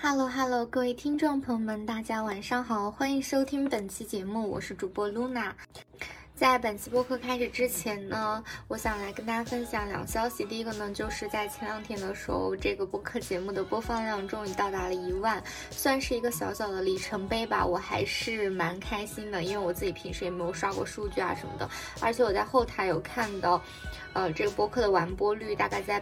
Hello，各位听众朋友们，大家晚上好，欢迎收听本期节目，我是主播 Luna。在本期播客开始之前呢，我想来跟大家分享两个消息。第一个呢，就是在前两天的时候，这个播客节目的播放量终于到达了1万，算是一个小小的里程碑吧，我还是蛮开心的，因为我自己平时也没有刷过数据啊什么的，而且我在后台有看到这个播客的完播率大概在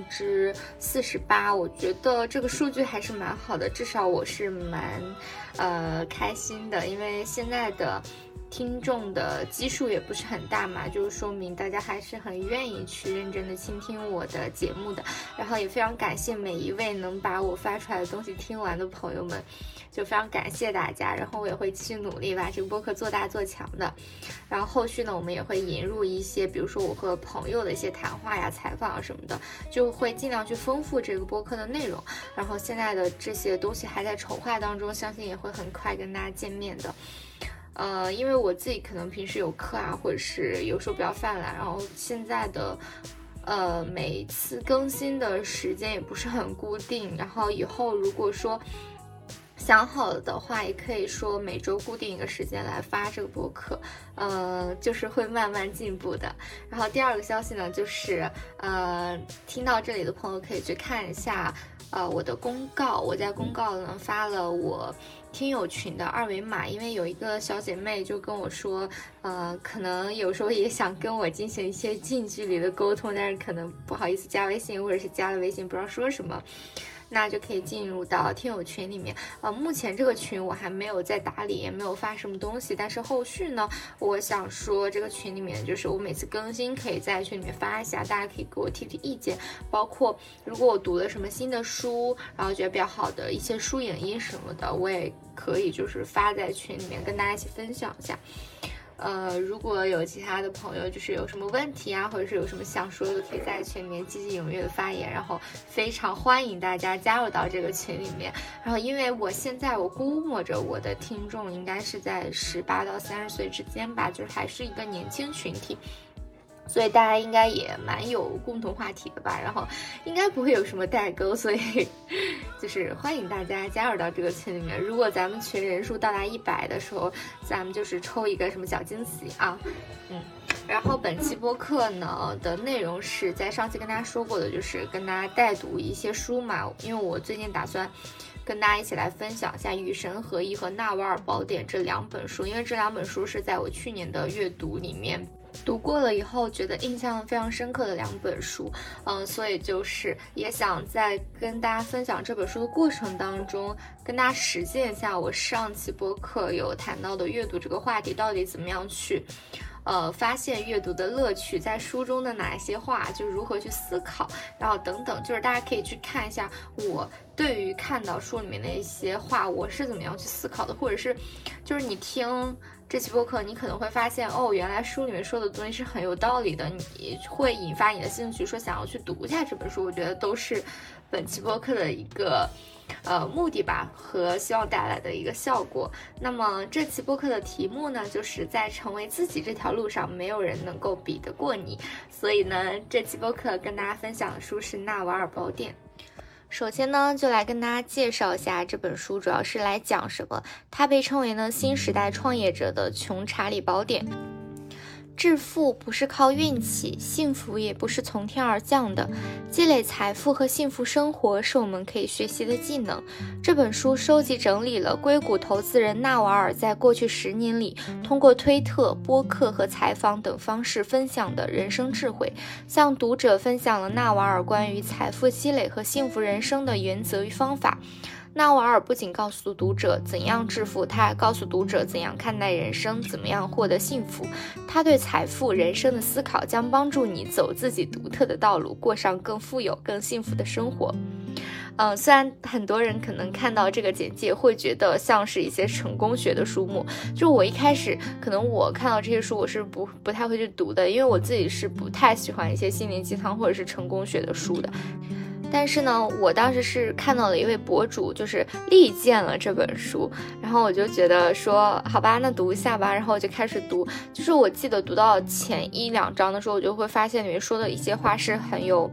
48%，我觉得这个数据还是蛮好的，至少我是蛮开心的，因为现在的听众的基数也不是很大嘛，就是说明大家还是很愿意去认真的倾听我的节目的，然后也非常感谢每一位能把我发出来的东西听完的朋友们，就非常感谢大家，然后我也会继续努力把这个播客做大做强的。然后后续呢，我们也会引入一些比如说我和朋友的一些谈话呀、采访啊什么的，就会尽量去丰富这个播客的内容。然后现在的这些东西还在筹划当中，相信也会很快跟大家见面的。因为我自己可能平时有课啊，或者是有时候比较犯懒，然后现在的每次更新的时间也不是很固定，然后以后如果说想好了的话，也可以说每周固定一个时间来发这个播客，就是会慢慢进步的。然后第二个消息呢，就是听到这里的朋友可以去看一下我的公告，我在公告呢发了我听友群的2维码，因为有一个小姐妹就跟我说，可能有时候也想跟我进行一些近距离的沟通，但是可能不好意思加微信，或者是加了微信不知道说什么，那就可以进入到听友群里面。目前这个群我还没有在打理，也没有发什么东西，但是后续呢，我想说这个群里面就是我每次更新可以在群里面发一下，大家可以给我提提意见，包括如果我读了什么新的书，然后觉得比较好的一些书影音什么的，我也可以就是发在群里面跟大家一起分享一下。如果有其他的朋友就是有什么问题啊，或者是有什么想说的，可以在群里面积极踊跃的发言，然后非常欢迎大家加入到这个群里面。然后因为我现在我估摸着我的听众应该是在18到30岁之间吧，就是还是一个年轻群体，所以大家应该也蛮有共同话题的吧，然后应该不会有什么代沟，所以就是欢迎大家加入到这个群里面。如果咱们群人数到达100的时候，咱们就是抽一个什么小惊喜啊。然后本期播客呢的内容是在上期跟大家说过的，就是跟大家带读一些书嘛，因为我最近打算跟大家一起来分享一下《与神合一》和《纳瓦尔宝典》这2本书，因为这2本书是在我去年的阅读里面读过了以后觉得印象非常深刻的2本书，所以就是也想在跟大家分享这本书的过程当中，跟大家实践一下我上期播客有谈到的阅读这个话题到底怎么样去发现阅读的乐趣，在书中的哪一些话就是如何去思考，然后等等，就是大家可以去看一下我对于看到书里面的一些话我是怎么样去思考的，或者是就是你听这期播客你可能会发现原来书里面说的东西是很有道理的，你会引发你的兴趣，说想要去读一下这本书，我觉得都是本期播客的一个目的吧，和希望带来的一个效果。那么这期播客的题目呢，就是在成为自己这条路上没有人能够比得过你，所以呢这期播客跟大家分享的书是《纳瓦尔宝典》。首先呢，就来跟大家介绍一下这本书主要是来讲什么。它被称为呢新时代创业者的穷查理宝典。致富不是靠运气，幸福也不是从天而降的。积累财富和幸福生活是我们可以学习的技能。这本书收集整理了硅谷投资人纳瓦尔在过去10年里通过推特、播客和采访等方式分享的人生智慧，向读者分享了纳瓦尔关于财富积累和幸福人生的原则与方法。纳瓦尔不仅告诉读者怎样致富，他还告诉读者怎样看待人生，怎么样获得幸福。他对财富、人生的思考将帮助你走自己独特的道路，过上更富有、更幸福的生活。虽然很多人可能看到这个简介会觉得像是一些成功学的书目，就我一开始可能我看到这些书我是不太会去读的，因为我自己是不太喜欢一些心灵鸡汤或者是成功学的书的。但是呢，我当时是看到了一位博主就是力荐了这本书，然后我就觉得说好吧，那读一下吧，然后我就开始读。就是我记得读到前1-2章的时候，我就会发现里面说的一些话是很有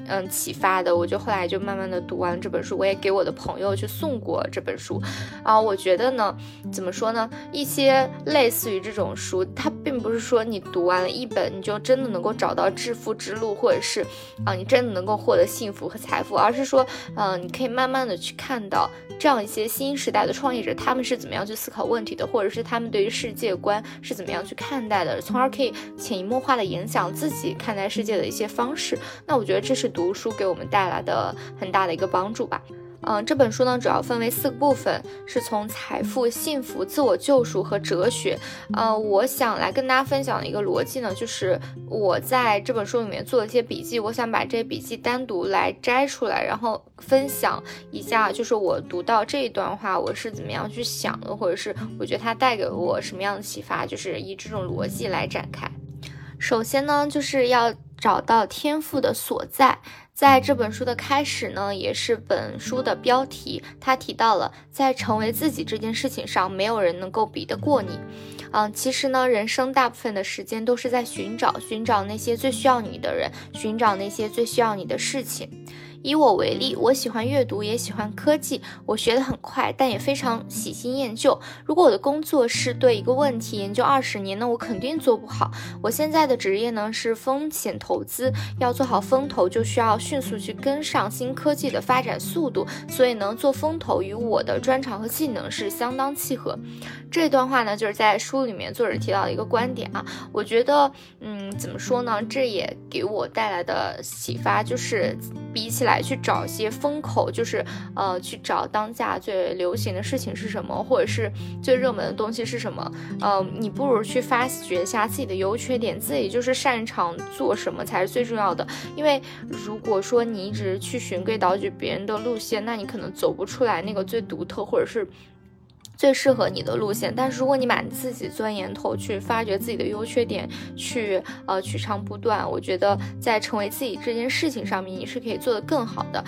启发的，我就后来就慢慢的读完这本书，我也给我的朋友去送过这本书。我觉得呢，怎么说呢，一些类似于这种书，它并不是说你读完了一本你就真的能够找到致富之路，或者是你真的能够获得幸福和财富，而是说你可以慢慢的去看到这样一些新时代的创业者，他们是怎么样去思考问题的，或者是他们对于世界观是怎么样去看待的，从而可以潜移默化的影响自己看待世界的一些方式。那我觉得这是读书给我们带来的很大的一个帮助吧。这本书呢主要分为4个部分，是从财富、幸福、自我救赎和哲学。我想来跟大家分享的一个逻辑呢，就是我在这本书里面做了一些笔记，我想把这些笔记单独来摘出来，然后分享一下，就是我读到这一段话我是怎么样去想的，或者是我觉得它带给我什么样的启发，就是以这种逻辑来展开。首先呢，就是要找到天赋的所在。在这本书的开始呢，也是本书的标题，他提到了在成为自己这件事情上，没有人能够比得过你。其实呢，人生大部分的时间都是在寻找那些最需要你的人，寻找那些最需要你的事情。以我为例，我喜欢阅读，也喜欢科技，我学得很快，但也非常喜新厌旧。如果我的工作是对一个问题研究20年，那我肯定做不好。我现在的职业呢是风险投资，要做好风投就需要迅速去跟上新科技的发展速度，所以呢，做风投与我的专长和技能是相当契合。这段话呢，就是在书里面作者提到的一个观点啊，我觉得怎么说呢，这也给我带来的启发就是比起来去找一些风口，就是去找当下最流行的事情是什么，或者是最热门的东西是什么，你不如去发掘一下自己的优缺点，自己就是擅长做什么才是最重要的。因为如果说你一直去循规蹈矩别人的路线，那你可能走不出来那个最独特或者是最适合你的路线。但是如果你把你自己钻研透，去发掘自己的优缺点，去取长补短，我觉得在成为自己这件事情上面，你是可以做得更好的。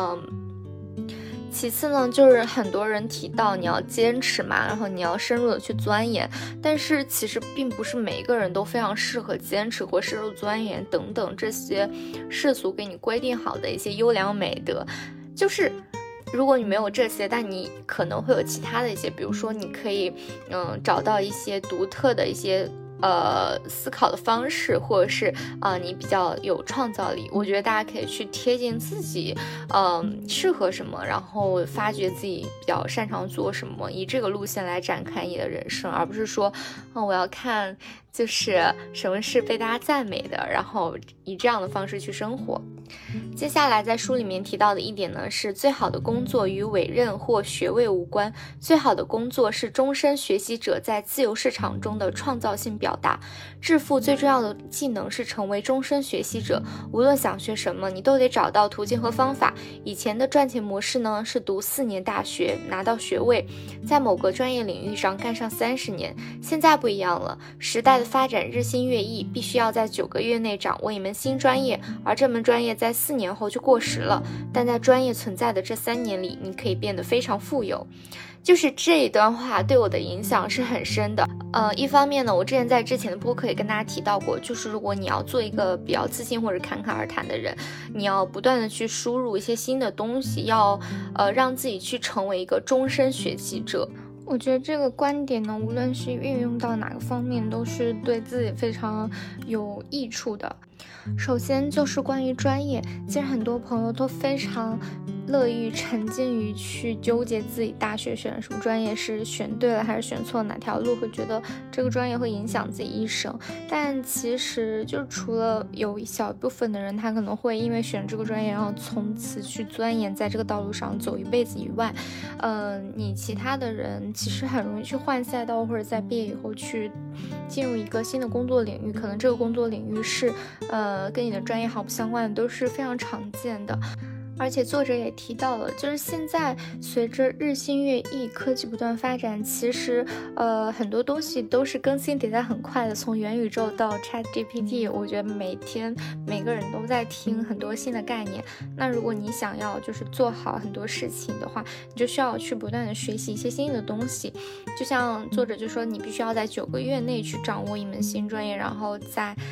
其次呢，就是很多人提到你要坚持嘛，然后你要深入的去钻研，但是其实并不是每一个人都非常适合坚持或深入钻研等等这些世俗给你规定好的一些优良美德。就是如果你没有这些，但你可能会有其他的一些，比如说你可以找到一些独特的一些思考的方式，或者是你比较有创造力。我觉得大家可以去贴近自己适合什么，然后发掘自己比较擅长做什么，以这个路线来展开你的人生，而不是说我要看就是什么是被大家赞美的，然后以这样的方式去生活。接下来在书里面提到的一点呢，是最好的工作与委任或学位无关，最好的工作是终身学习者在自由市场中的创造性表达。致富最重要的技能是成为终身学习者，无论想学什么，你都得找到途径和方法。以前的赚钱模式呢，是读4年大学拿到学位，在某个专业领域上干上30年。现在不一样了，时代的发展日新月异，必须要在9个月内掌握一门新专业，而这门专业在4年后就过时了，但在专业存在的这3年里，你可以变得非常富有。就是这一段话对我的影响是很深的。一方面呢，我之前的播客也跟大家提到过，就是如果你要做一个比较自信或者侃侃而谈的人，你要不断的去输入一些新的东西，要让自己去成为一个终身学习者。我觉得这个观点呢，无论是运用到哪个方面，都是对自己非常有益处的。首先就是关于专业，其实很多朋友都非常乐于沉浸于去纠结自己大学选什么专业，是选对了还是选错哪条路，会觉得这个专业会影响自己一生。但其实就除了有一小部分的人他可能会因为选这个专业然后从此去钻研在这个道路上走一辈子以外，你其他的人其实很容易去换赛道，或者在毕业以后去进入一个新的工作领域，可能这个工作领域是跟你的专业毫不相关的，都是非常常见的。而且作者也提到了，就是现在随着日新月异，科技不断发展，其实很多东西都是更新迭代很快的，从元宇宙到 ChatGPT， 我觉得每天每个人都在听很多新的概念。那如果你想要就是做好很多事情的话，你就需要去不断的学习一些新的东西。就像作者就说，你必须要在9个月内去掌握一门新专业，然后在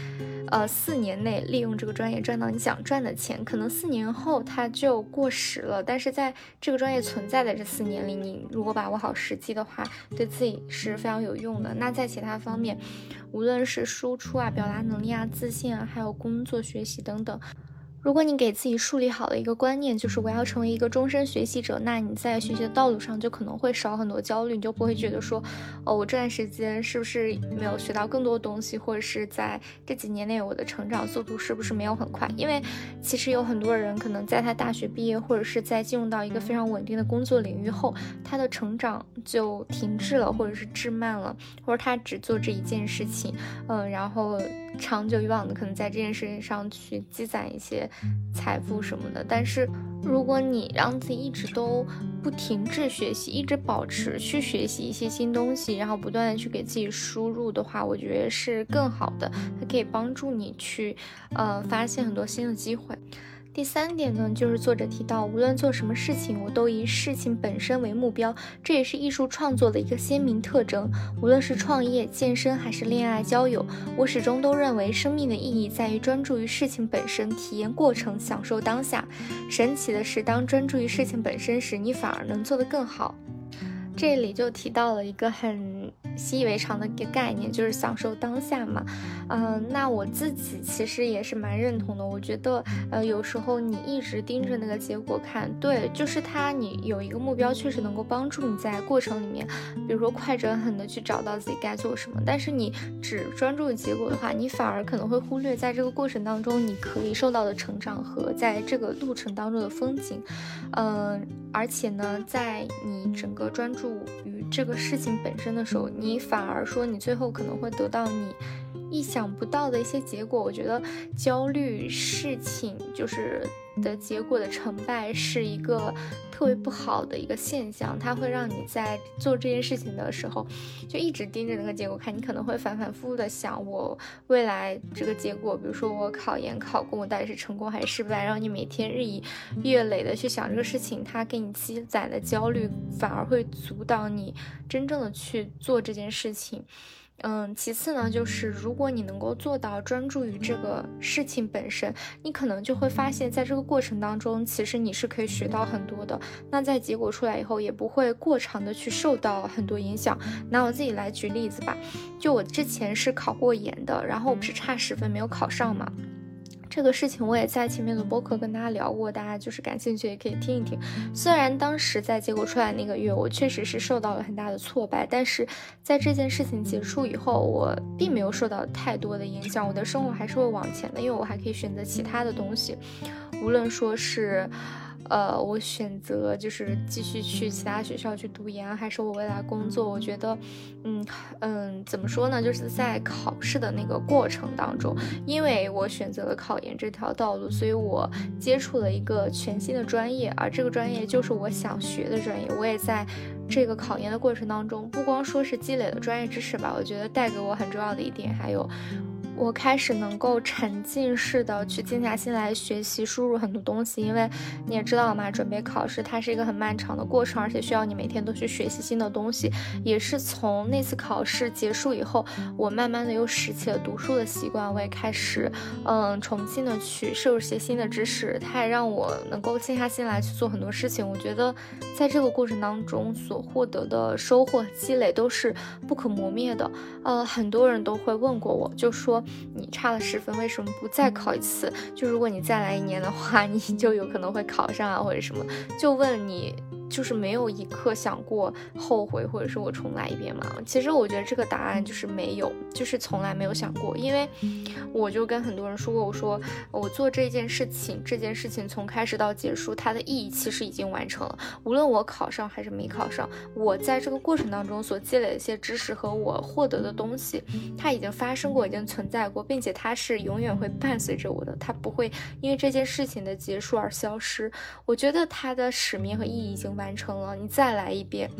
4年内利用这个专业赚到你想赚的钱，可能4年后它就过时了，但是在这个专业存在的这4年里，你如果把握好时机的话，对自己是非常有用的。那在其他方面，无论是输出啊、表达能力啊、自信啊，还有工作、学习等等，如果你给自己树立好了一个观念，就是我要成为一个终身学习者，那你在学习的道路上就可能会少很多焦虑，你就不会觉得说，我这段时间是不是没有学到更多东西，或者是在这几年内我的成长速度是不是没有很快。因为其实有很多人可能在他大学毕业，或者是在进入到一个非常稳定的工作领域后，他的成长就停滞了，或者是滞慢了，或者他只做这一件事情，然后长久以往的可能在这件事情上去积攒一些财富什么的。但是如果你让自己一直都不停滞学习，一直保持去学习一些新东西，然后不断的去给自己输入的话，我觉得是更好的，它可以帮助你去发现很多新的机会。第3点呢，就是作者提到，无论做什么事情，我都以事情本身为目标，这也是艺术创作的一个鲜明特征。无论是创业、健身还是恋爱、交友，我始终都认为生命的意义在于专注于事情本身，体验过程，享受当下。神奇的是，当专注于事情本身时，你反而能做得更好。这里就提到了一个很习以为常的一个概念，就是享受当下嘛。那我自己其实也是蛮认同的。我觉得有时候你一直盯着那个结果看，对，就是你有一个目标确实能够帮助你在过程里面，比如说快准狠的去找到自己该做什么。但是你只专注于结果的话，你反而可能会忽略在这个过程当中你可以受到的成长和在这个路程当中的风景。而且呢，在你整个专注于这个事情本身的时候，你反而说你最后可能会得到你意想不到的一些结果。我觉得焦虑事情就是的结果的成败是一个特别不好的一个现象，它会让你在做这件事情的时候就一直盯着那个结果看，你可能会反反复复的想我未来这个结果，比如说我考研考公，我到底是成功还是失败，然后你每天日以月累的去想这个事情，它给你积攒的焦虑反而会阻挡你真正的去做这件事情。其次呢，就是如果你能够做到专注于这个事情本身，你可能就会发现在这个过程当中，其实你是可以学到很多的。那在结果出来以后，也不会过长的去受到很多影响。拿我自己来举例子吧，就我之前是考过研的，然后我不是差10分没有考上嘛。这个事情我也在前面的播客跟大家聊过，大家就是感兴趣也可以听一听。虽然当时在结果出来那个月，我确实是受到了很大的挫败，但是在这件事情结束以后，我并没有受到太多的影响，我的生活还是会往前的，因为我还可以选择其他的东西，无论说是我选择就是继续去其他学校去读研，还是我未来工作，我觉得怎么说呢，就是在考试的那个过程当中，因为我选择了考研这条道路，所以我接触了一个全新的专业，而这个专业就是我想学的专业。我也在这个考研的过程当中，不光说是积累了专业知识吧，我觉得带给我很重要的一点，还有我开始能够沉浸式的去静下心来学习输入很多东西。因为你也知道嘛，准备考试它是一个很漫长的过程，而且需要你每天都去学习新的东西。也是从那次考试结束以后，我慢慢的又拾起了读书的习惯，我也开始重新的去摄入一些新的知识，它也让我能够静下心来去做很多事情。我觉得在这个过程当中所获得的收获积累都是不可磨灭的。很多人都会问过我，就说你差了10分，为什么不再考一次？就如果你再来1年的话，你就有可能会考上啊，或者什么。就问你，就是没有一刻想过后悔，或者是我重来一遍吗？其实我觉得这个答案就是没有，就是从来没有想过。因为我就跟很多人说过，我说我做这件事情从开始到结束，它的意义其实已经完成了。无论我考上还是没考上，我在这个过程当中所积累的一些知识和我获得的东西，它已经发生过，已经存在过，并且它是永远会伴随着我的，它不会因为这件事情的结束而消失。我觉得它的使命和意义已经完成了，你再来一遍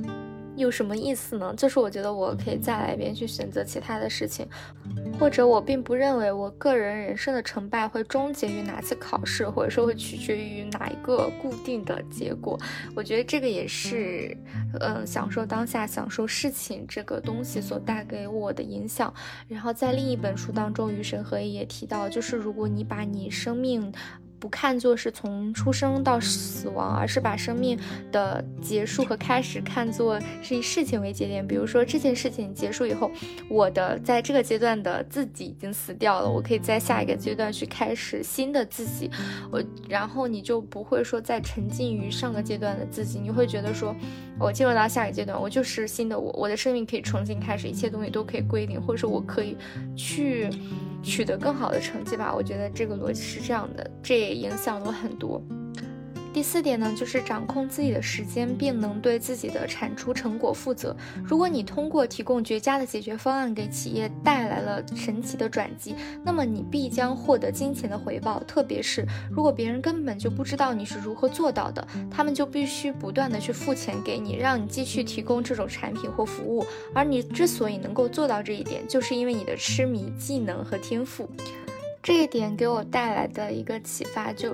有什么意思呢？就是我觉得我可以再来一遍去选择其他的事情，或者我并不认为我个人人生的成败会终结于哪次考试，或者说会取决于哪一个固定的结果。我觉得这个也是享受当下，享受事情这个东西所带给我的影响。然后在另一本书当中，与神合一也提到，就是如果你把你生命不看作是从出生到死亡，而是把生命的结束和开始看作是以事情为节点。比如说这件事情结束以后，我的在这个阶段的自己已经死掉了，我可以在下一个阶段去开始新的自己。然后你就不会说再沉浸于上个阶段的自己，你会觉得说我进入到下一个阶段，我就是新的我的生命可以重新开始，一切东西都可以归零，或者说我可以去取得更好的成绩吧。我觉得这个逻辑是这样的，这也影响了我很多。第4点呢，就是掌控自己的时间，并能对自己的产出成果负责。如果你通过提供绝佳的解决方案给企业带来了神奇的转机，那么你必将获得金钱的回报。特别是如果别人根本就不知道你是如何做到的，他们就必须不断的去付钱给你，让你继续提供这种产品或服务。而你之所以能够做到这一点，就是因为你的痴迷、技能和天赋。这一点给我带来的一个启发就是，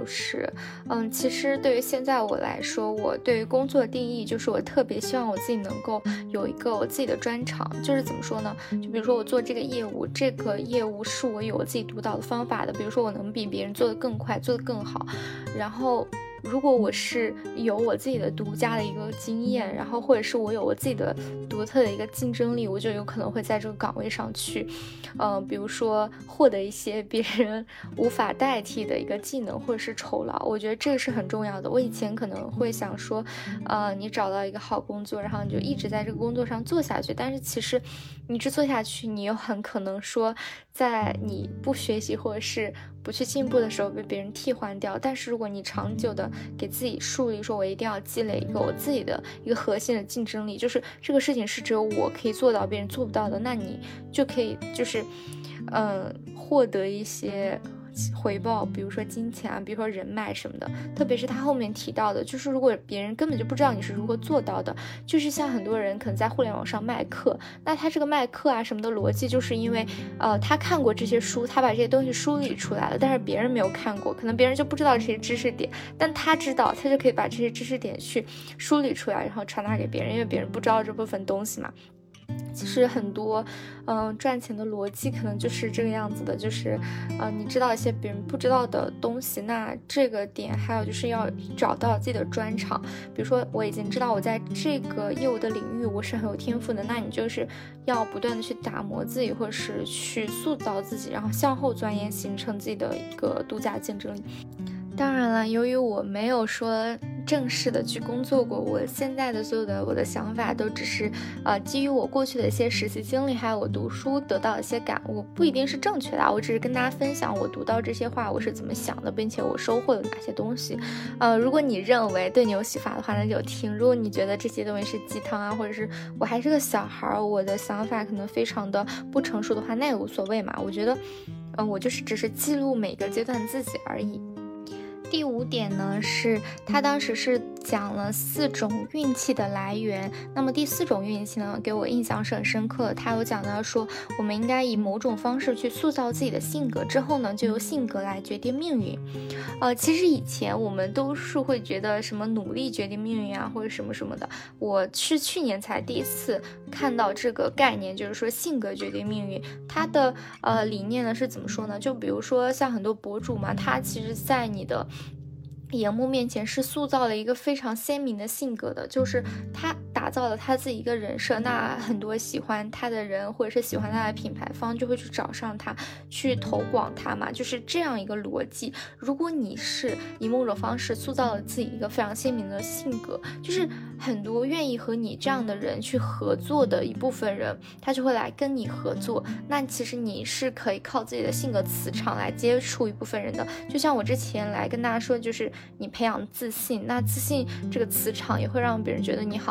其实对于现在我来说，我对于工作的定义就是我特别希望我自己能够有一个我自己的专长。就是怎么说呢？就比如说我做这个业务，这个业务是我有我自己独到的方法的。比如说我能比别人做得更快，做得更好。然后如果我是有我自己的独家的一个经验，然后或者是我有我自己的独特的一个竞争力，我就有可能会在这个岗位上去比如说获得一些别人无法代替的一个技能或者是酬劳。我觉得这个是很重要的。我以前可能会想说你找到一个好工作，然后你就一直在这个工作上做下去，但是其实你一直做下去，你又很可能说在你不学习或者是不去进步的时候被别人替换掉。但是如果你长久的给自己树立说我一定要积累一个我自己的一个核心的竞争力，就是这个事情是只有我可以做到，别人做不到的，那你就可以就是获得一些回报，比如说金钱啊，比如说人脉什么的。特别是他后面提到的，就是如果别人根本就不知道你是如何做到的，就是像很多人可能在互联网上卖课，那他这个卖课啊什么的逻辑，就是因为他看过这些书，他把这些东西梳理出来了，但是别人没有看过，可能别人就不知道这些知识点，但他知道，他就可以把这些知识点去梳理出来，然后传达给别人，因为别人不知道这部分东西嘛。其实很多赚钱的逻辑可能就是这个样子的，就是你知道一些别人不知道的东西，那这个点还有就是要找到自己的专长。比如说我已经知道我在这个业务的领域我是很有天赋的，那你就是要不断的去打磨自己，或者是去塑造自己，然后向后钻研，形成自己的一个独家竞争力。当然了，由于我没有说正式的去工作过，我现在的所有的我的想法都只是基于我过去的一些实习经历，还有我读书得到的一些感悟，不一定是正确的，我只是跟大家分享我读到这些话我是怎么想的，并且我收获了哪些东西。如果你认为对你有启发的话，那就听；如果你觉得这些东西是鸡汤啊，或者是我还是个小孩，我的想法可能非常的不成熟的话，那也无所谓嘛。我觉得我就是只是记录每个阶段自己而已。第5点呢，是他当时是讲了4种运气的来源。那么第4种运气呢，给我印象是很深刻。他有讲到说，我们应该以某种方式去塑造自己的性格，之后呢，就由性格来决定命运。其实以前我们都是会觉得什么努力决定命运啊，或者什么什么的。我是去年才第一次看到这个概念，就是说性格决定命运。他的理念呢是怎么说呢？就比如说像很多博主嘛，他其实在你的荧幕面前是塑造了一个非常鲜明的性格的，就是他打造了他自己一个人设，那很多喜欢他的人或者是喜欢他的品牌方就会去找上他，去投广他嘛，就是这样一个逻辑。如果你是以某种方式塑造了自己一个非常鲜明的性格，就是很多愿意和你这样的人去合作的一部分人，他就会来跟你合作。那其实你是可以靠自己的性格磁场来接触一部分人的。就像我之前来跟大家说，就是你培养自信，那自信这个磁场也会让别人觉得你好像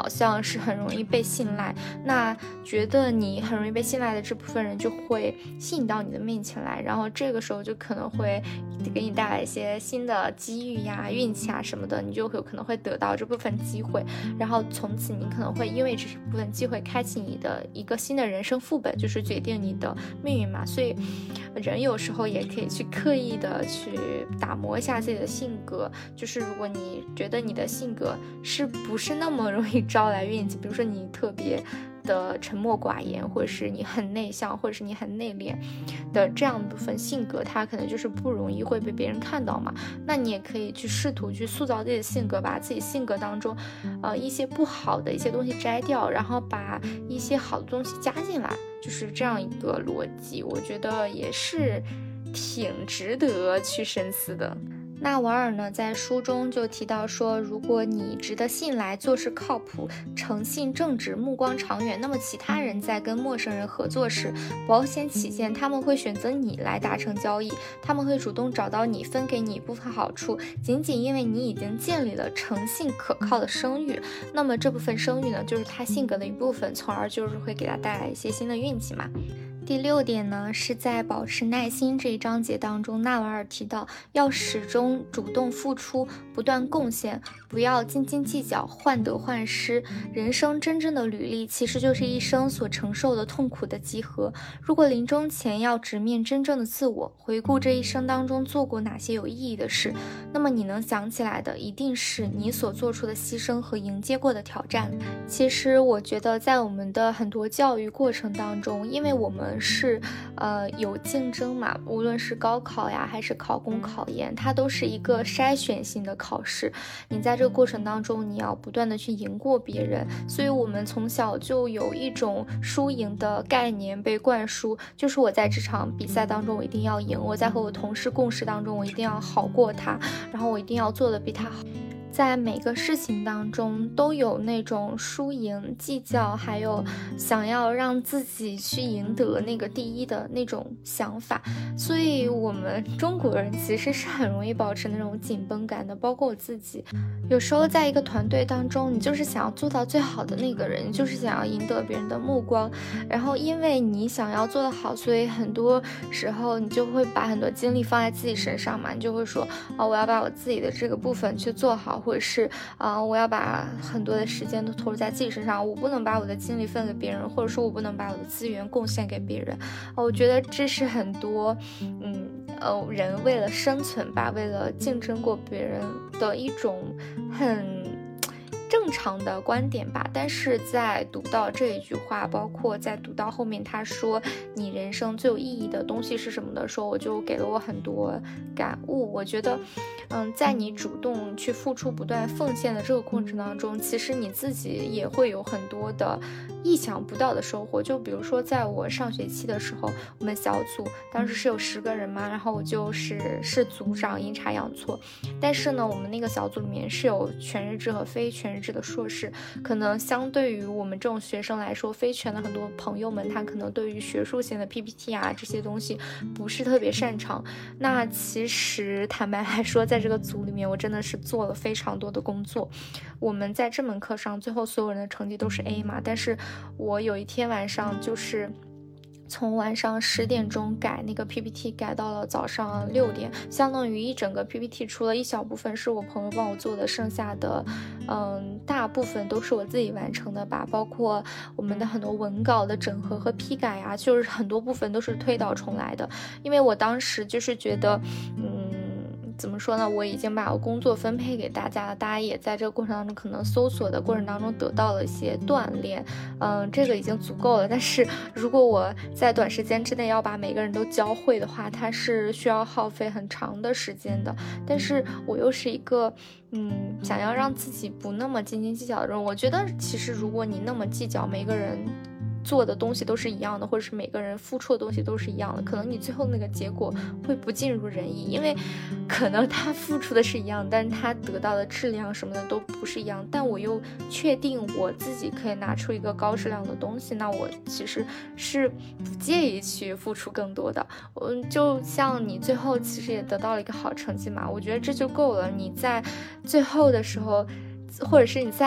是很容易被信赖，那觉得你很容易被信赖的这部分人就会吸引到你的面前来，然后这个时候就可能会给你带来一些新的机遇呀、运气啊什么的，你就有可能会得到这部分机会，然后从此你可能会因为这部分机会开启你的一个新的人生副本，就是决定你的命运嘛。所以人有时候也可以去刻意的去打磨一下自己的性格，就是如果你觉得你的性格是不是那么容易招来运气，比如说你特别的沉默寡言，或者是你很内向，或者是你很内敛的这样部分性格，它可能就是不容易会被别人看到嘛。那你也可以去试图去塑造自己的性格，把自己性格当中一些不好的一些东西摘掉，然后把一些好的东西加进来，就是这样一个逻辑，我觉得也是挺值得去深思的。纳瓦尔呢，在书中就提到说，如果你值得信赖，做事靠谱，诚信正直，目光长远，那么其他人在跟陌生人合作时，保险起见，他们会选择你来达成交易，他们会主动找到你，分给你一部分好处，仅仅因为你已经建立了诚信可靠的声誉。那么这部分声誉呢，就是他性格的一部分，从而就是会给他带来一些新的运气嘛。第6点呢，是在保持耐心这一章节当中，纳瓦尔提到要始终主动付出，不断贡献，不要斤斤计较，患得患失。人生真正的履历其实就是一生所承受的痛苦的集合。如果临终前要直面真正的自我，回顾这一生当中做过哪些有意义的事，那么你能想起来的一定是你所做出的牺牲和迎接过的挑战。其实我觉得在我们的很多教育过程当中，因为我们是有竞争嘛，无论是高考呀还是考公考研，它都是一个筛选性的考试，你在这个过程当中你要不断的去赢过别人，所以我们从小就有一种输赢的概念被灌输，就是我在这场比赛当中我一定要赢，我在和我同事共事当中我一定要好过他，然后我一定要做得比他好。在每个事情当中都有那种输赢计较，还有想要让自己去赢得那个第一的那种想法，所以我们中国人其实是很容易保持那种紧绷感的，包括我自己。有时候在一个团队当中，你就是想要做到最好的那个人，你就是想要赢得别人的目光，然后因为你想要做得好，所以很多时候你就会把很多精力放在自己身上嘛，你就会说我要把我自己的这个部分去做好，或者是我要把很多的时间都投入在自己身上，我不能把我的精力分给别人，或者说我不能把我的资源贡献给别人。我觉得这是很多人为了生存吧，为了竞争过别人的一种很正常的观点吧。但是在读到这一句话，包括在读到后面他说你人生最有意义的东西是什么的时候，我就给了我很多感悟。我觉得在你主动去付出不断奉献的这个过程当中，其实你自己也会有很多的意想不到的收获。就比如说在我上学期的时候，我们小组当时是有10个人嘛，然后我是组长，阴差阳错。但是呢，我们那个小组里面是有全日制和非全日制的硕士，可能相对于我们这种学生来说，非全的很多朋友们他可能对于学术性的 PPT 啊这些东西不是特别擅长。那其实坦白来说，在这个组里面我真的是做了非常多的工作。我们在这门课上最后所有人的成绩都是 A 嘛，但是我有一天晚上就是从晚上10点钟改那个 PPT 改到了早上6点，相当于一整个 PPT 除了一小部分是我朋友帮我做的，剩下的大部分都是我自己完成的吧，包括我们的很多文稿的整合和批改啊，就是很多部分都是推倒重来的。因为我当时就是觉得怎么说呢，我已经把我工作分配给大家了，大家也在这个过程当中可能搜索的过程当中得到了一些锻炼，这个已经足够了。但是如果我在短时间之内要把每个人都教会的话，它是需要耗费很长的时间的。但是我又是一个想要让自己不那么斤斤计较的人，我觉得其实如果你那么计较每个人做的东西都是一样的，或者是每个人付出的东西都是一样的，可能你最后那个结果会不尽如人意，因为可能他付出的是一样，但是他得到的质量什么的都不是一样，但我又确定我自己可以拿出一个高质量的东西，那我其实是不介意去付出更多的。就像你最后其实也得到了一个好成绩嘛，我觉得这就够了。你在最后的时候，或者是你在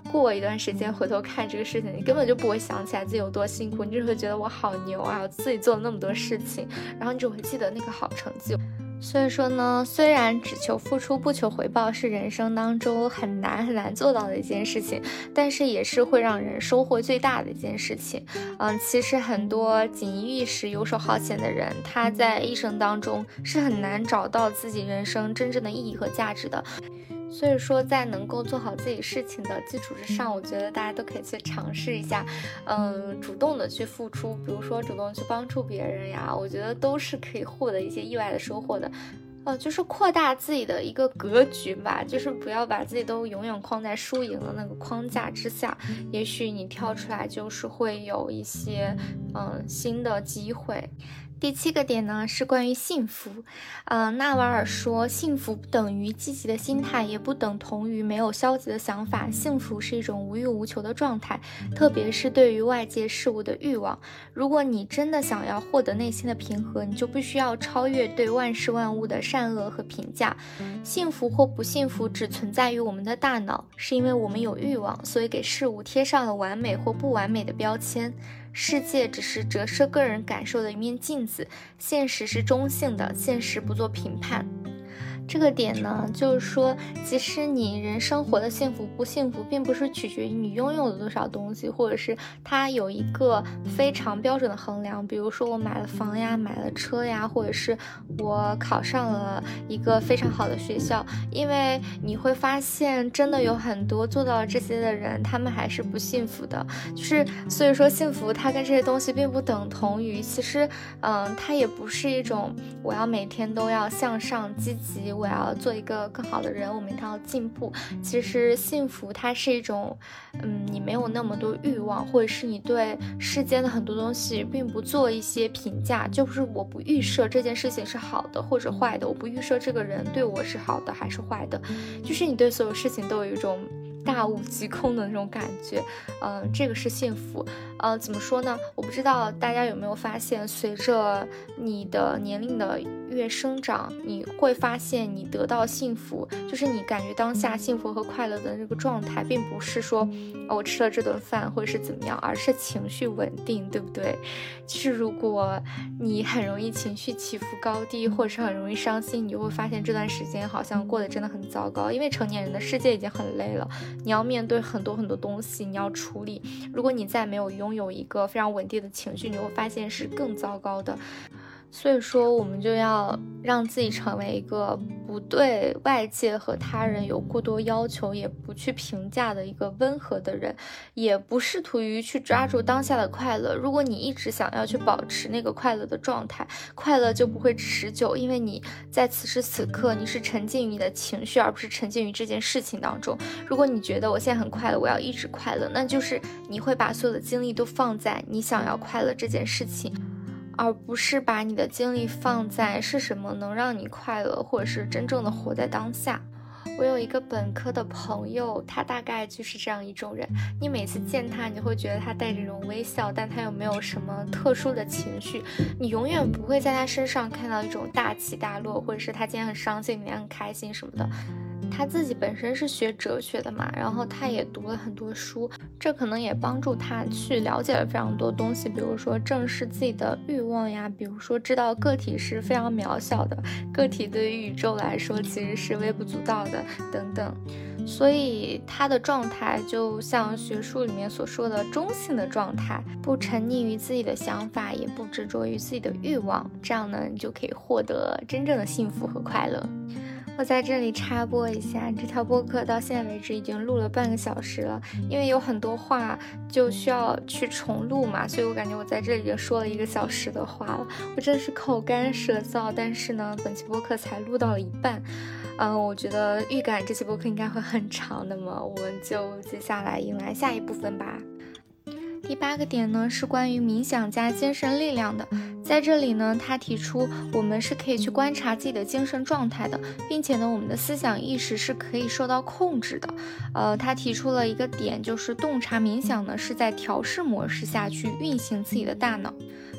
过一段时间回头看这个事情，你根本就不会想起来自己有多辛苦，你只会觉得我好牛啊，我自己做了那么多事情，然后你只会记得那个好成绩。所以说呢，虽然只求付出不求回报是人生当中很难做到的一件事情，但是也是会让人收获最大的一件事情。其实很多锦衣玉食游手好闲的人，他在一生当中是很难找到自己人生真正的意义和价值的。所以说在能够做好自己事情的基础之上，我觉得大家都可以去尝试一下，主动的去付出，比如说主动去帮助别人呀，我觉得都是可以获得一些意外的收获的。就是扩大自己的一个格局吧，就是不要把自己都永远框在输赢的那个框架之下，也许你跳出来就是会有一些新的机会。第7个点呢是关于幸福。纳瓦尔说，幸福不等于积极的心态，也不等同于没有消极的想法。幸福是一种无欲无求的状态，特别是对于外界事物的欲望。如果你真的想要获得内心的平和，你就必须要超越对万事万物的善恶和评价。幸福或不幸福只存在于我们的大脑，是因为我们有欲望，所以给事物贴上了完美或不完美的标签。世界只是折射个人感受的一面镜子，现实是中性的，现实不做评判。这个点呢，就是说，其实你人生活的幸福不幸福，并不是取决于你拥有了多少东西，或者是它有一个非常标准的衡量。比如说我买了房呀，买了车呀，或者是我考上了一个非常好的学校。因为你会发现，真的有很多做到了这些的人，他们还是不幸福的。所以说，幸福它跟这些东西并不等同于。其实，它也不是一种我要每天都要向上积极。我要做一个更好的人，我每天要进步。其实幸福它是一种你没有那么多欲望，或者是你对世间的很多东西并不做一些评价，就是我不预设这件事情是好的或者坏的，我不预设这个人对我是好的还是坏的，就是你对所有事情都有一种大悟即空的那种感觉。这个是幸福。怎么说呢，我不知道大家有没有发现，随着你的年龄的越生长，你会发现你得到幸福，就是你感觉当下幸福和快乐的这个状态，并不是说我吃了这顿饭或者是怎么样，而是情绪稳定，对不对？就是如果你很容易情绪起伏高低，或者是很容易伤心，你就会发现这段时间好像过得真的很糟糕。因为成年人的世界已经很累了，你要面对很多东西，你要处理。如果你再没有拥有一个非常稳定的情绪，你会发现是更糟糕的。所以说我们就要让自己成为一个不对外界和他人有过多要求，也不去评价的一个温和的人，也不试图于去抓住当下的快乐。如果你一直想要去保持那个快乐的状态，快乐就不会持久，因为你在此时此刻你是沉浸于你的情绪，而不是沉浸于这件事情当中。如果你觉得我现在很快乐，我要一直快乐，那就是你会把所有的精力都放在你想要快乐这件事情，而不是把你的精力放在是什么能让你快乐，或者是真正的活在当下。我有一个本科的朋友，他大概就是这样一种人，你每次见他，你会觉得他带着一种微笑，但他又没有什么特殊的情绪，你永远不会在他身上看到一种大起大落，或者是他今天很伤心，明天很开心什么的。他自己本身是学哲学的嘛，然后他也读了很多书，这可能也帮助他去了解了非常多东西，比如说正视自己的欲望呀，比如说知道个体是非常渺小的，个体对于宇宙来说其实是微不足道的等等。所以他的状态就像学术里面所说的中性的状态，不沉溺于自己的想法，也不执着于自己的欲望，这样呢你就可以获得真正的幸福和快乐。我在这里插播一下，这条播客到现在为止已经录了半个小时了，因为有很多话就需要去重录嘛，所以我感觉我在这里已经说了1个小时的话了，我真的是口干舌燥。但是呢，本期播客才录到了一半，我觉得预感这期播客应该会很长，那么我们就接下来迎来下一部分吧。第8个点呢是关于冥想加精神力量的。在这里呢，他提出我们是可以去观察自己的精神状态的，并且呢，我们的思想意识是可以受到控制的。他提出了一个点，就是洞察冥想呢是在调试模式下去运行自己的大脑。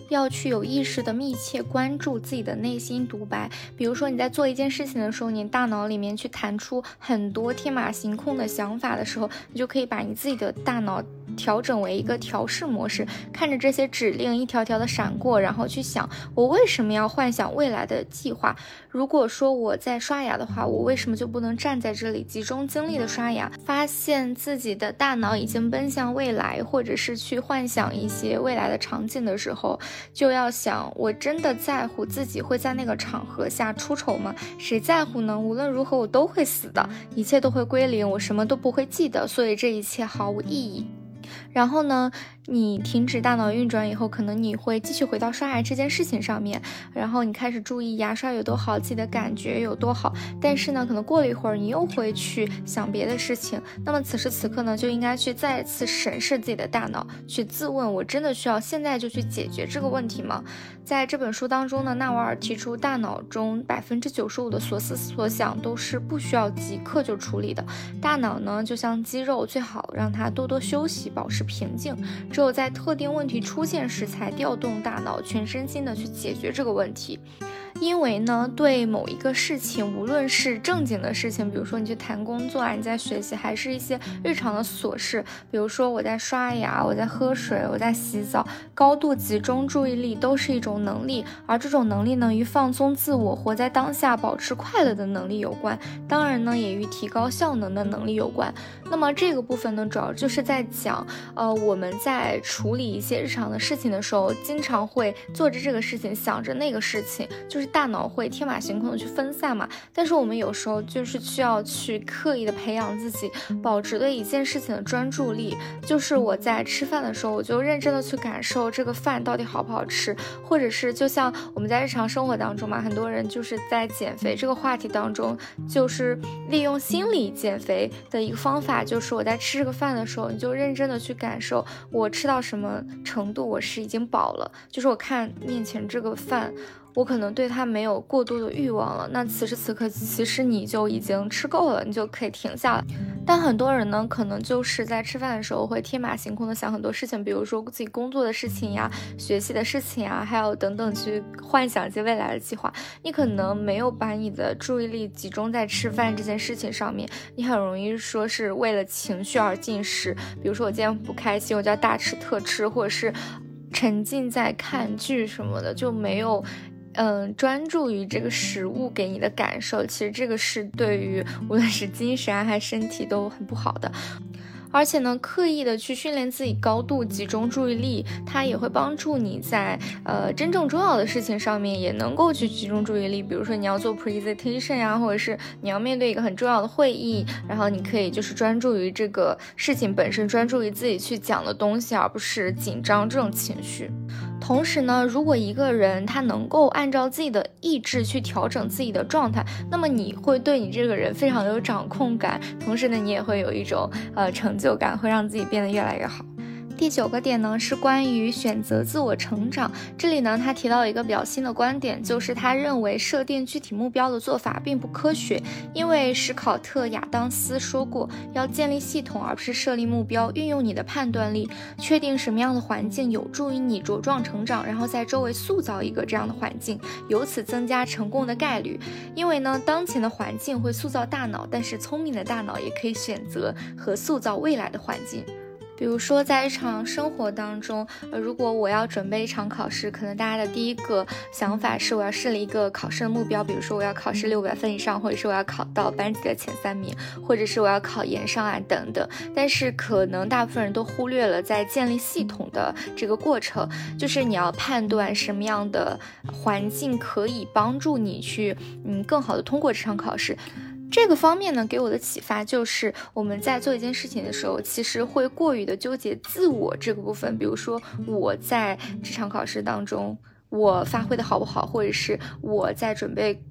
要去有意识的密切关注自己的内心独白。比如说你在做一件事情的时候，你大脑里面去弹出很多天马行空的想法的时候，你就可以把你自己的大脑调整为一个调试模式，看着这些指令一条条的闪过，然后去想我为什么要幻想未来的计划。如果说我在刷牙的话，我为什么就不能站在这里集中精力的刷牙？发现自己的大脑已经奔向未来，或者是去幻想一些未来的场景的时候，就要想，我真的在乎自己会在那个场合下出丑吗？谁在乎呢？无论如何我都会死的，一切都会归零，我什么都不会记得，所以这一切毫无意义。然后呢，你停止大脑运转以后，可能你会继续回到刷牙这件事情上面，然后你开始注意牙刷有多好，自己的感觉有多好。但是呢，可能过了一会儿，你又会去想别的事情。那么此时此刻呢，就应该去再次审视自己的大脑，去自问，我真的需要现在就去解决这个问题吗？在这本书当中呢，纳瓦尔提出，大脑中95%的所思所想都是不需要即刻就处理的。大脑呢，就像肌肉，最好让它多多休息，保持平静。只有在特定问题出现时，才调动大脑，全身心的去解决这个问题。因为呢，对某一个事情，无论是正经的事情，比如说你去谈工作啊，你在学习，还是一些日常的琐事，比如说我在刷牙，我在喝水，我在洗澡，高度集中注意力都是一种能力，而这种能力呢，与放松自我、活在当下、保持快乐的能力有关，当然呢，也与提高效能的能力有关。那么这个部分呢，主要就是在讲，我们在处理一些日常的事情的时候，经常会做着这个事情，想着那个事情，就是大脑会天马行空的去分散嘛。但是我们有时候就是需要去刻意的培养自己，保持对一件事情的专注力。就是我在吃饭的时候，我就认真的去感受这个饭到底好不好吃，或者是就像我们在日常生活当中嘛，很多人就是在减肥这个话题当中，就是利用心理减肥的一个方法，就是我在吃这个饭的时候，你就认真的去感受我吃到什么程度，我是已经饱了，就是我看面前这个饭，我可能对它没有过多的欲望了，那此时此刻其实你就已经吃够了，你就可以停下来。但很多人呢，可能就是在吃饭的时候会天马行空的想很多事情，比如说自己工作的事情呀、学习的事情呀，还有等等，去幻想一些未来的计划。你可能没有把你的注意力集中在吃饭这件事情上面，你很容易说是为了情绪而进食，比如说我今天不开心，我就要大吃特吃，或者是沉浸在看剧什么的，就没有专注于这个食物给你的感受。其实这个是对于无论是精神啊还是身体都很不好的。而且呢，刻意的去训练自己高度集中注意力，它也会帮助你在真正重要的事情上面也能够去集中注意力。比如说你要做 presentation 呀，或者是你要面对一个很重要的会议，然后你可以就是专注于这个事情本身，专注于自己去讲的东西，而不是紧张这种情绪。同时呢，如果一个人他能够按照自己的意志去调整自己的状态，那么你会对你这个人非常有掌控感，同时呢，你也会有一种成就感，会让自己变得越来越好。第9个点呢，是关于选择自我成长。这里呢，他提到一个比较新的观点，就是他认为设定具体目标的做法并不科学，因为史考特·亚当斯说过，要建立系统而不是设立目标，运用你的判断力，确定什么样的环境有助于你茁壮成长，然后在周围塑造一个这样的环境，由此增加成功的概率。因为呢，当前的环境会塑造大脑，但是聪明的大脑也可以选择和塑造未来的环境。比如说在日常生活当中，如果我要准备一场考试，可能大家的第一个想法是我要设立一个考试的目标，比如说我要考试600分以上，或者是我要考到班级的前3名，或者是我要考研上啊等等。但是可能大部分人都忽略了在建立系统的这个过程，就是你要判断什么样的环境可以帮助你去更好的通过这场考试。这个方面呢，给我的启发就是我们在做一件事情的时候，其实会过于的纠结自我这个部分。比如说我在这场考试当中我发挥的好不好，或者是我在准备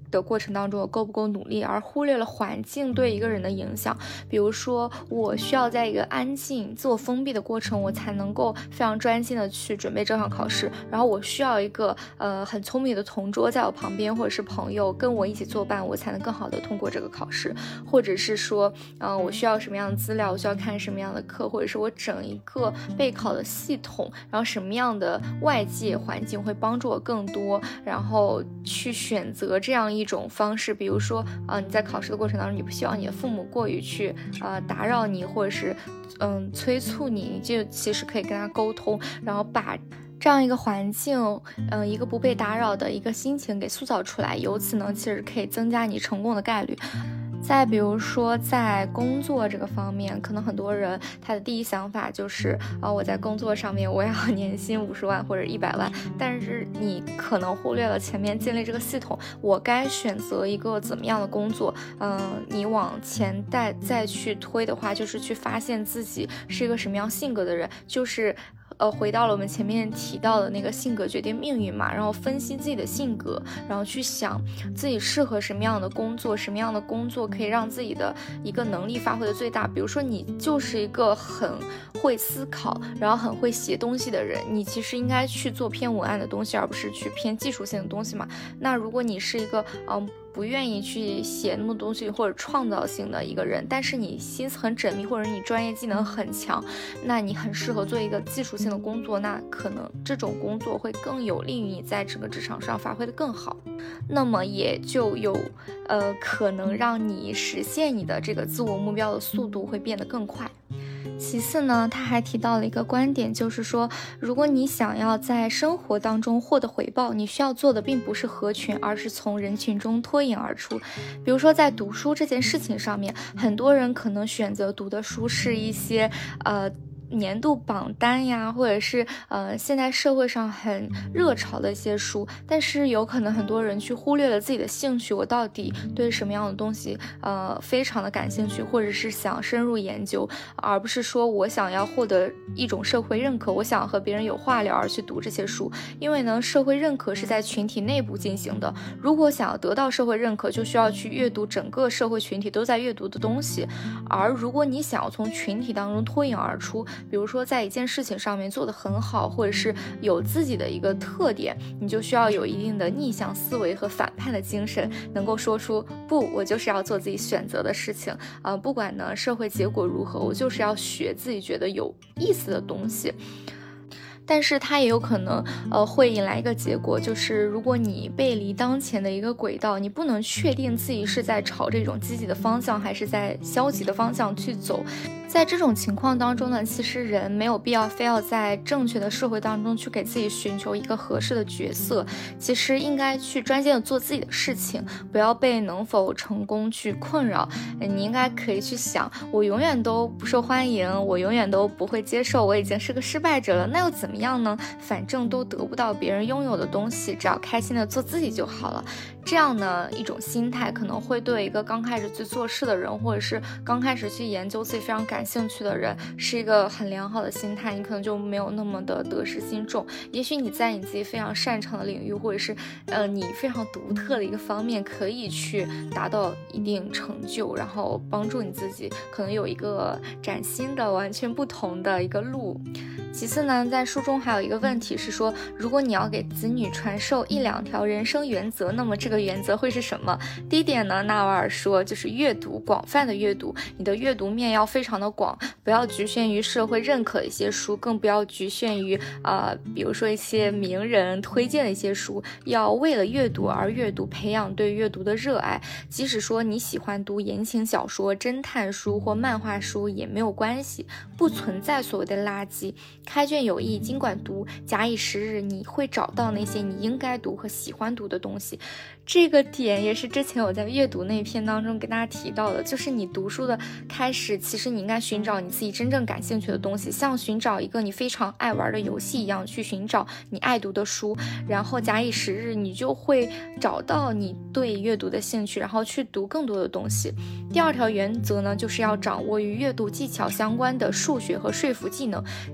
的过程当中我够不够努力，而忽略了环境对一个人的影响。比如说我需要在一个安静自我封闭的过程，我才能够非常专心的去准备这场考试，然后我需要一个很聪明的同桌在我旁边，或者是朋友跟我一起作伴，我才能更好的通过这个考试。或者是说我需要什么样的资料，我需要看什么样的课，或者是我整一个备考的系统，然后什么样的外界环境会帮助我更多，然后去选择这样一种方式。比如说你在考试的过程当中，你不希望你的父母过于去打扰你，或者是催促你，你就其实可以跟他沟通，然后把这样一个环境一个不被打扰的一个心情给塑造出来，由此呢其实可以增加你成功的概率。再比如说在工作这个方面，可能很多人他的第一想法就是我在工作上面我要年薪50万或者100万，但是你可能忽略了前面建立这个系统，我该选择一个怎么样的工作。你往前再去推的话，就是去发现自己是一个什么样性格的人，就是回到了我们前面提到的那个性格决定命运嘛，然后分析自己的性格，然后去想自己适合什么样的工作，什么样的工作可以让自己的一个能力发挥的最大。比如说你就是一个很会思考，然后很会写东西的人，你其实应该去做偏文案的东西，而不是去偏技术性的东西嘛。那如果你是一个不愿意去写那么多东西或者创造性的一个人，但是你心思很缜密，或者你专业技能很强，那你很适合做一个技术性的工作，那可能这种工作会更有利于你在整个职场上发挥的更好，那么也就有可能让你实现你的这个自我目标的速度会变得更快。其次呢，他还提到了一个观点，就是说如果你想要在生活当中获得回报，你需要做的并不是合群，而是从人群中脱颖而出。比如说在读书这件事情上面，很多人可能选择读的书是一些年度榜单呀，或者是现在社会上很热潮的一些书，但是有可能很多人去忽略了自己的兴趣，我到底对什么样的东西非常的感兴趣，或者是想深入研究，而不是说我想要获得一种社会认可，我想和别人有话聊而去读这些书。因为呢，社会认可是在群体内部进行的，如果想要得到社会认可，就需要去阅读整个社会群体都在阅读的东西。而如果你想要从群体当中脱颖而出，比如说在一件事情上面做得很好，或者是有自己的一个特点，你就需要有一定的逆向思维和反叛的精神，能够说出不，我就是要做自己选择的事情不管呢社会结果如何，我就是要学自己觉得有意思的东西。但是它也有可能会引来一个结果，就是如果你背离当前的一个轨道，你不能确定自己是在朝这种积极的方向还是在消极的方向去走。在这种情况当中呢，其实人没有必要非要在正确的社会当中去给自己寻求一个合适的角色，其实应该去专心的做自己的事情，不要被能否成功去困扰。你应该可以去想，我永远都不受欢迎，我永远都不会接受，我已经是个失败者了，那又怎么样呢？反正都得不到别人拥有的东西，只要开心的做自己就好了。这样呢一种心态可能会对一个刚开始去做事的人，或者是刚开始去研究自己非常感兴趣的人，是一个很良好的心态，你可能就没有那么的得失心重。也许你在你自己非常擅长的领域，或者是你非常独特的一个方面，可以去达到一定成就，然后帮助你自己可能有一个崭新的完全不同的一个路。其次呢，在书中还有一个问题是说，如果你要给子女传授1-2条人生原则，那么这个原则会是什么？第一点呢，纳瓦尔说就是阅读，广泛的阅读，你的阅读面要非常的广，不要局限于社会认可的一些书，更不要局限于比如说一些名人推荐的一些书，要为了阅读而阅读，培养对阅读的热爱。即使说你喜欢读言情小说、侦探书或漫画书也没有关系，不存在所谓的垃圾。开卷有益，尽管读，假以时日，你会找到那些你应该读和喜欢读的东西。这个点也是之前我在阅读那篇当中跟大家提到的，就是你读书的开始，其实你应该寻找你自己真正感兴趣的东西，像寻找一个你非常爱玩的游戏一样，去寻找你爱读的书，然后假以时日，你就会找到你对阅读的兴趣，然后去读更多的东西。第二条原则呢，就是要掌握与阅读技巧相关的数学和说服技能，这2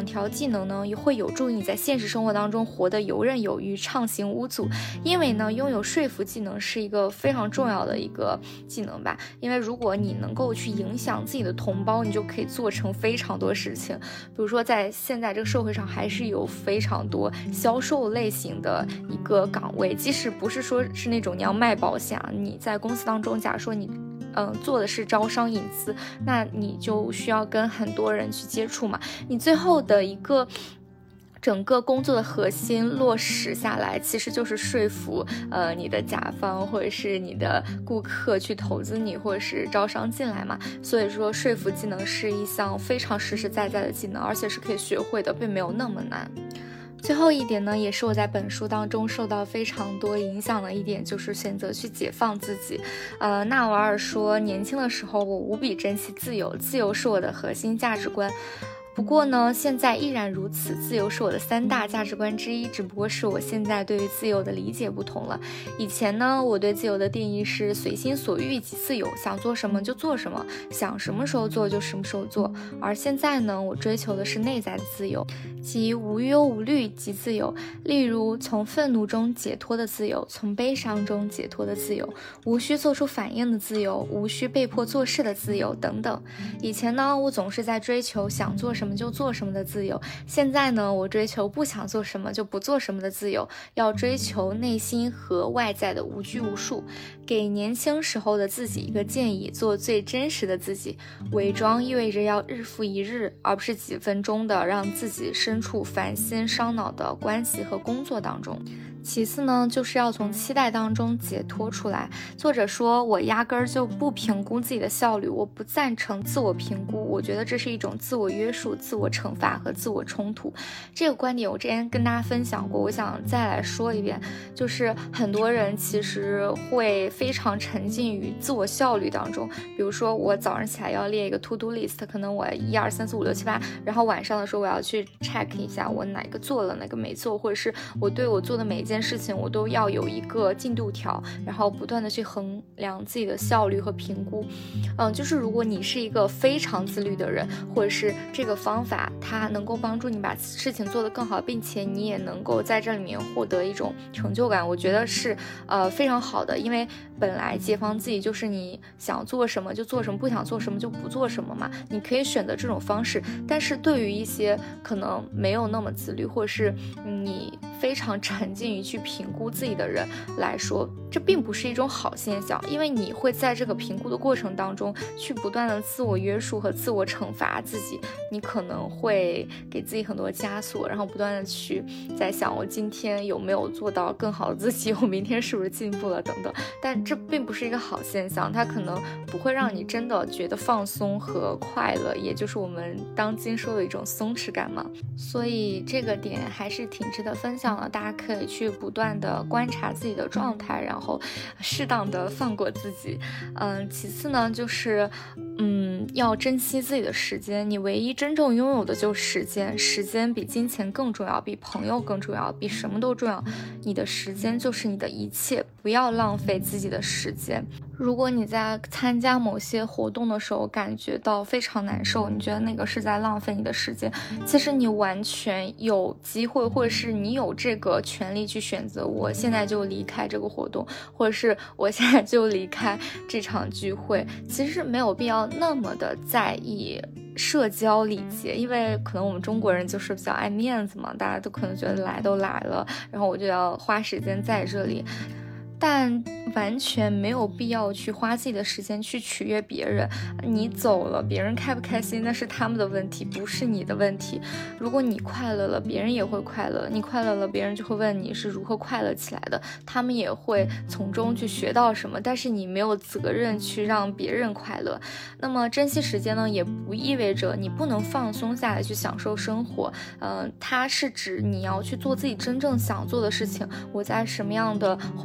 条技能呢，也会有助于你在现实生活当中活得游刃有余、畅行无阻。因为呢，拥有说服技能是一个非常重要的一个技能吧。因为如果你能够去影响自己的同胞，你就可以做成非常多事情。比如说，在现在这个社会上，还是有非常多销售类型的一个岗位，即使不是说是那种你要卖保险，你在公司当中，假如说你做的是招商引资，那你就需要跟很多人去接触嘛，你最后的一个整个工作的核心落实下来，其实就是说服你的甲方或者是你的顾客去投资你，或者是招商进来嘛。所以说说服技能是一项非常实实在在的技能，而且是可以学会的，并没有那么难。最后一点呢，也是我在本书当中受到非常多影响的一点，就是选择去解放自己。纳瓦尔说，年轻的时候我无比珍惜自由，自由是我的核心价值观。不过呢，现在依然如此，自由是我的3大价值观之一，只不过是我现在对于自由的理解不同了。以前呢，我对自由的定义是随心所欲即自由，想做什么就做什么，想什么时候做就什么时候做。而现在呢，我追求的是内在的自由，即无忧无虑即自由。例如，从愤怒中解脱的自由，从悲伤中解脱的自由，无需做出反应的自由，无需被迫做事的自由等等。以前呢，我总是在追求想做什么就做什么的自由，现在呢，我追求不想做什么就不做什么的自由，要追求内心和外在的无拘无束。给年轻时候的自己一个建议，做最真实的自己。伪装意味着要日复一日，而不是几分钟的让自己身处烦心伤脑的关系和工作当中。其次呢，就是要从期待当中解脱出来。作者说，我压根儿就不评估自己的效率，我不赞成自我评估，我觉得这是一种自我约束、自我惩罚和自我冲突。这个观点我之前跟大家分享过，我想再来说一遍，就是很多人其实会非常沉浸于自我效率当中。比如说我早上起来要列一个 to do list， 可能我1、2、3、4、5、6、7、8，然后晚上的时候我要去 check 一下我哪个做了哪个没做，或者是我对我做的每一件事情我都要有一个进度条，然后不断的去衡量自己的效率和评估。就是如果你是一个非常自律的人，或者是这个方法它能够帮助你把事情做得更好，并且你也能够在这里面获得一种成就感，我觉得是非常好的。因为本来解放自己就是你想做什么就做什么，不想做什么就不做什么嘛，你可以选择这种方式。但是对于一些可能没有那么自律，或者是你非常沉浸于去评估自己的人来说，这并不是一种好现象，因为你会在这个评估的过程当中去不断的自我约束和自我惩罚自己，你可能会给自己很多枷锁，然后不断的去在想我今天有没有做到更好的自己，我明天是不是进步了等等。但这并不是一个好现象，它可能不会让你真的觉得放松和快乐，也就是我们当今说的一种松弛感嘛。所以这个点还是挺值得分享的，大家可以去不断的观察自己的状态，然后适当的放过自己。其次呢，就是要珍惜自己的时间，你唯一真正拥有的就是时间，时间比金钱更重要，比朋友更重要，比什么都重要。你的时间就是你的一切，不要浪费自己的时间。如果你在参加某些活动的时候感觉到非常难受，你觉得那个是在浪费你的时间，其实你完全有机会，或者是你有这个权利去选择，我现在就离开这个活动，或者是我现在就离开这场聚会。其实没有必要那么的在意社交礼节，因为可能我们中国人就是比较爱面子嘛，大家都可能觉得来都来了，然后我就要花时间在这里，但完全没有必要去花自己的时间去取悦别人。你走了，别人开不开心那是他们的问题，不是你的问题。如果你快乐了，别人也会快乐，你快乐了，别人就会问你是如何快乐起来的，他们也会从中去学到什么，但是你没有责任去让别人快乐。那么珍惜时间呢，也不意味着你不能放松下来去享受生活，它是指你要去做自己真正想做的事情。我在什么样的环境下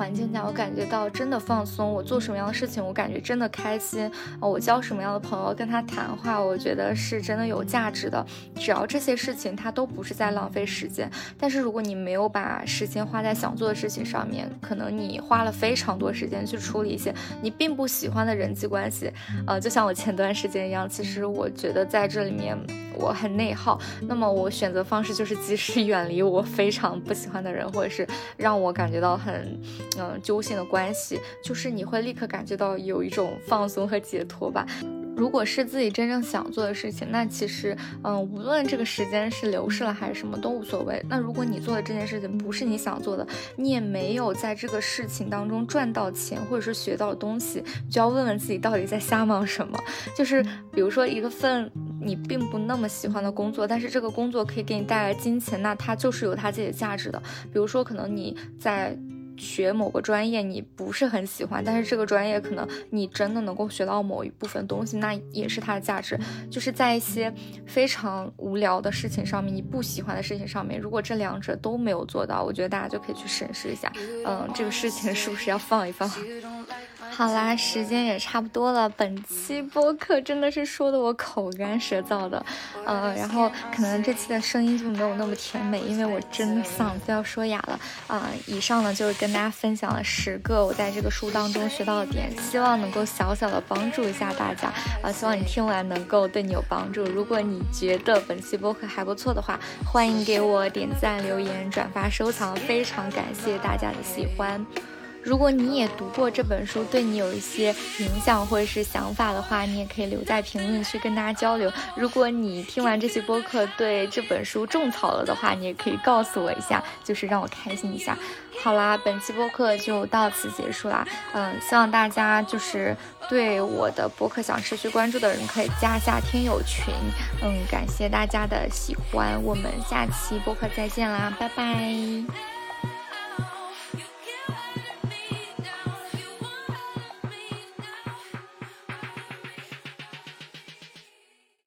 我感觉到真的放松，我做什么样的事情我感觉真的开心，我交什么样的朋友，跟他谈话我觉得是真的有价值的，只要这些事情它都不是在浪费时间。但是如果你没有把时间花在想做的事情上面，可能你花了非常多时间去处理一些你并不喜欢的人际关系，就像我前段时间一样，其实我觉得在这里面我很内耗，那么我选择方式就是及时远离我非常不喜欢的人，或者是让我感觉到很揪心的关系，就是你会立刻感觉到有一种放松和解脱吧。如果是自己真正想做的事情，那其实无论这个时间是流逝了还是什么都无所谓。那如果你做的这件事情不是你想做的，你也没有在这个事情当中赚到钱或者是学到东西，就要问问自己到底在瞎忙什么。就是比如说一个份你并不那么喜欢的工作，但是这个工作可以给你带来金钱，那它就是有它自己的价值的。比如说可能你在学某个专业你不是很喜欢，但是这个专业可能你真的能够学到某一部分东西，那也是它的价值。就是在一些非常无聊的事情上面，你不喜欢的事情上面，如果这两者都没有做到，我觉得大家就可以去审视一下这个事情是不是要放一放。好啦，时间也差不多了，本期播客真的是说的我口干舌燥的，然后可能这期的声音就没有那么甜美，因为我真的嗓子要说哑了。以上呢就是跟大家分享了10个我在这个书当中学到的点，希望能够小小的帮助一下大家，希望你听完能够对你有帮助。如果你觉得本期播客还不错的话，欢迎给我点赞、留言、转发、收藏，非常感谢大家的喜欢。如果你也读过这本书，对你有一些影响或者是想法的话，你也可以留在评论区跟大家交流。如果你听完这期播客对这本书种草了的话，你也可以告诉我一下，就是让我开心一下。好啦，本期播客就到此结束啦。希望大家就是对我的播客想持续关注的人可以加下听友群。感谢大家的喜欢，我们下期播客再见啦，拜拜。